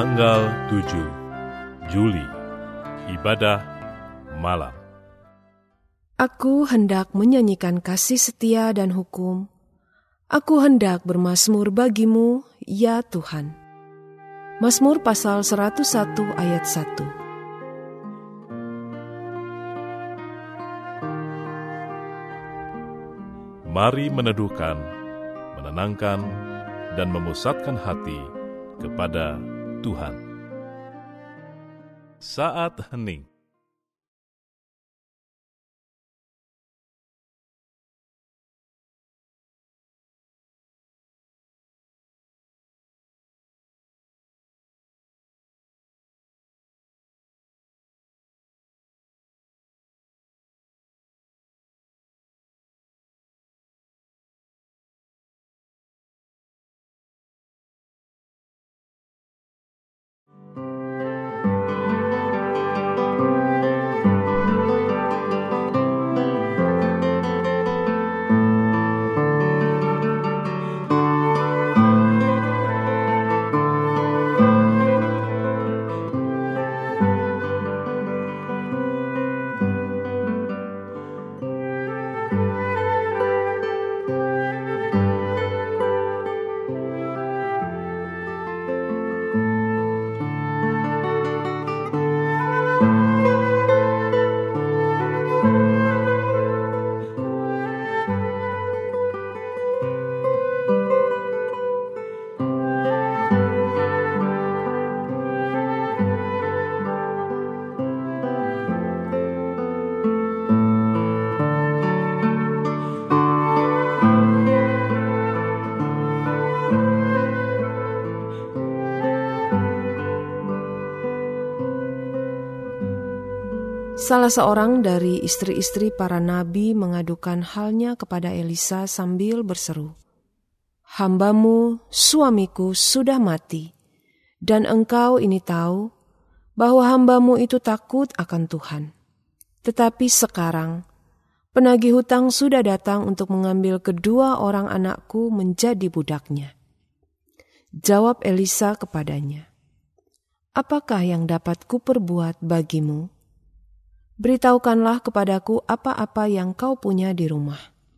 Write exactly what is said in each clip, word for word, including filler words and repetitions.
tanggal tujuh Juli, ibadah malam. Aku hendak menyanyikan kasih setia dan hukum. Aku hendak bermazmur bagimu, ya Tuhan. Mazmur pasal seratus satu ayat satu. Mari meneduhkan, menenangkan, dan memusatkan hati kepada Tuhan. Saat hening. Salah seorang dari istri-istri para nabi mengadukan halnya kepada Elisa sambil berseru, "Hambamu, suamiku, sudah mati, dan engkau ini tahu bahwa hambamu itu takut akan Tuhan. Tetapi sekarang, penagih hutang sudah datang untuk mengambil kedua orang anakku menjadi budaknya." Jawab Elisa kepadanya, "Apakah yang dapat kuperbuat bagimu? Beritahukanlah kepadaku apa-apa yang kau punya di rumah."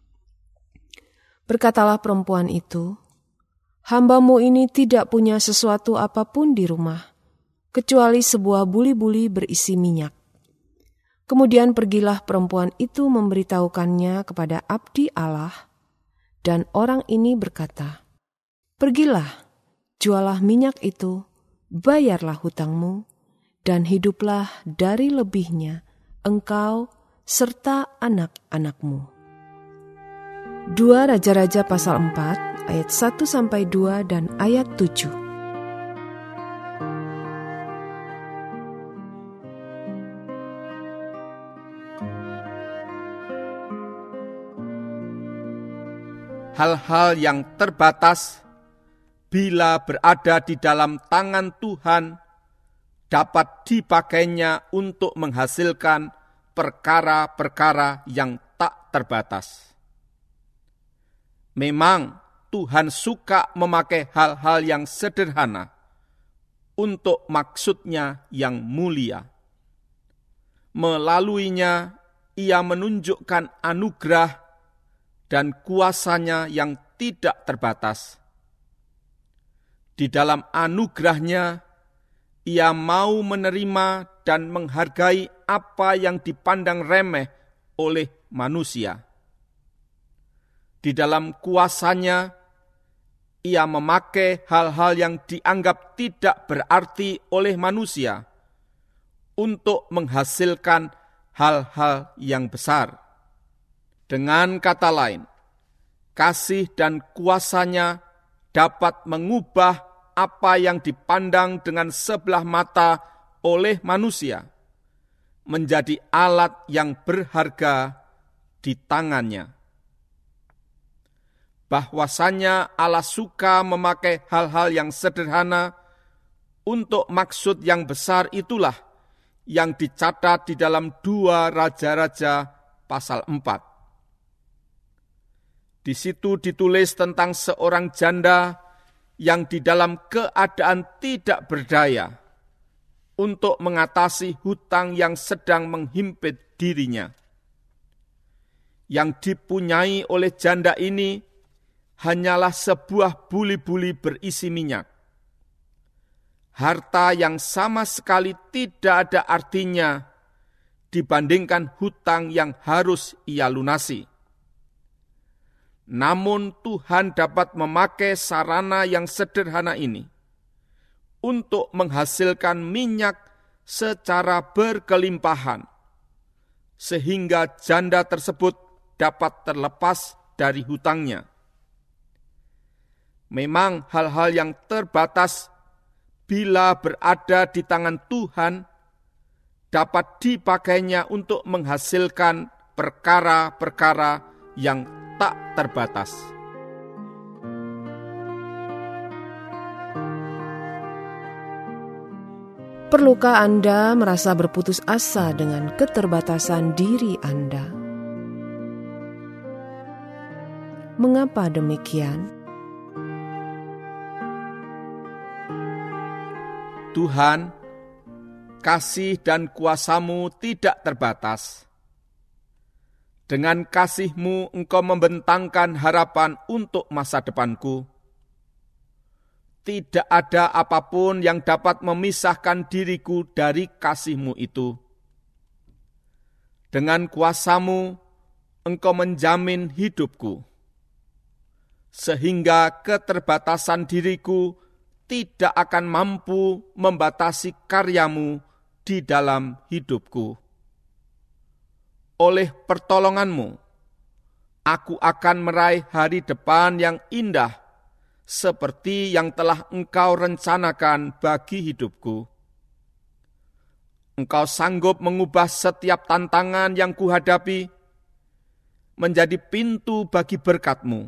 Berkatalah perempuan itu, "Hambamu ini tidak punya sesuatu apapun di rumah, kecuali sebuah buli-buli berisi minyak." Kemudian pergilah perempuan itu memberitahukannya kepada abdi Allah, dan orang ini berkata, "Pergilah, jualah minyak itu, bayarlah hutangmu, dan hiduplah dari lebihnya, engkau serta anak-anakmu." dua Raja-Raja pasal empat ayat satu sampai dua dan ayat tujuh. Hal-hal yang terbatas bila berada di dalam tangan Tuhan dapat dipakainya untuk menghasilkan perkara-perkara yang tak terbatas. Memang Tuhan suka memakai hal-hal yang sederhana untuk maksudnya yang mulia. Melaluinya, Ia menunjukkan anugerah dan kuasa-Nya yang tidak terbatas. Di dalam anugerah-Nya, Ia mau menerima dan menghargai apa yang dipandang remeh oleh manusia. Di dalam kuasa-Nya, Ia memakai hal-hal yang dianggap tidak berarti oleh manusia untuk menghasilkan hal-hal yang besar. Dengan kata lain, kasih dan kuasa-Nya dapat mengubah apa yang dipandang dengan sebelah mata oleh manusia menjadi alat yang berharga di tangannya. Bahwasanya Allah suka memakai hal-hal yang sederhana untuk maksud yang besar itulah yang dicatat di dalam dua Raja-Raja pasal empat. Di situ ditulis tentang seorang janda yang di dalam keadaan tidak berdaya untuk mengatasi hutang yang sedang menghimpit dirinya. Yang dipunyai oleh janda ini hanyalah sebuah buli-buli berisi minyak. Harta yang sama sekali tidak ada artinya dibandingkan hutang yang harus ia lunasi. Namun Tuhan dapat memakai sarana yang sederhana ini untuk menghasilkan minyak secara berkelimpahan, sehingga janda tersebut dapat terlepas dari hutangnya. Memang hal-hal yang terbatas bila berada di tangan Tuhan dapat dipakainya untuk menghasilkan perkara-perkara yang tak terbatas. Perlukah Anda merasa berputus asa dengan keterbatasan diri Anda? Mengapa demikian? Tuhan, kasih dan kuasa-Mu tidak terbatas. Dengan kasih-Mu Engkau membentangkan harapan untuk masa depanku. Tidak ada apapun yang dapat memisahkan diriku dari kasih-Mu itu. Dengan kuasa-Mu Engkau menjamin hidupku, sehingga keterbatasan diriku tidak akan mampu membatasi karya-Mu di dalam hidupku. Oleh pertolongan-Mu, aku akan meraih hari depan yang indah, seperti yang telah Engkau rencanakan bagi hidupku. Engkau sanggup mengubah setiap tantangan yang kuhadapi menjadi pintu bagi berkat-Mu.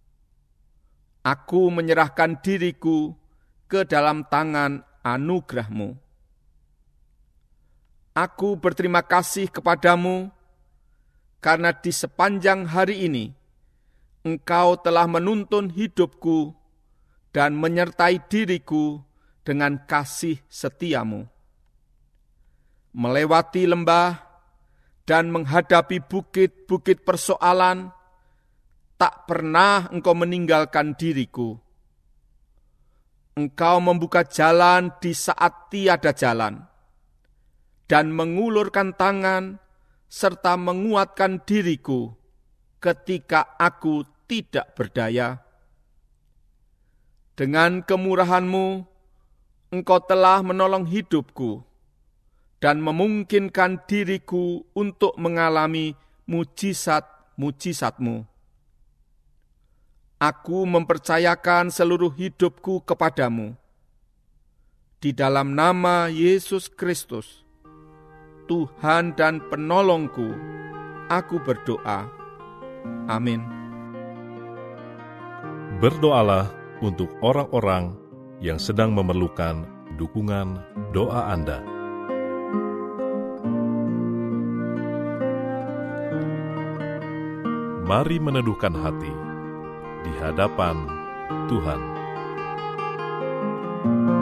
Aku menyerahkan diriku ke dalam tangan anugerah-Mu. Aku berterima kasih kepadamu karena di sepanjang hari ini Engkau telah menuntun hidupku dan menyertai diriku dengan kasih setia-Mu. Melewati lembah dan menghadapi bukit-bukit persoalan, tak pernah Engkau meninggalkan diriku. Engkau membuka jalan di saat tiada jalan, dan mengulurkan tangan serta menguatkan diriku ketika aku tidak berdaya. Dengan kemurahan-Mu, Engkau telah menolong hidupku dan memungkinkan diriku untuk mengalami mujizat-mujizat-Mu. Aku mempercayakan seluruh hidupku kepadamu. Di dalam nama Yesus Kristus, Tuhan dan penolongku, aku berdoa. Amin. Berdoalah untuk orang-orang yang sedang memerlukan dukungan doa Anda. Mari meneduhkan hati di hadapan Tuhan.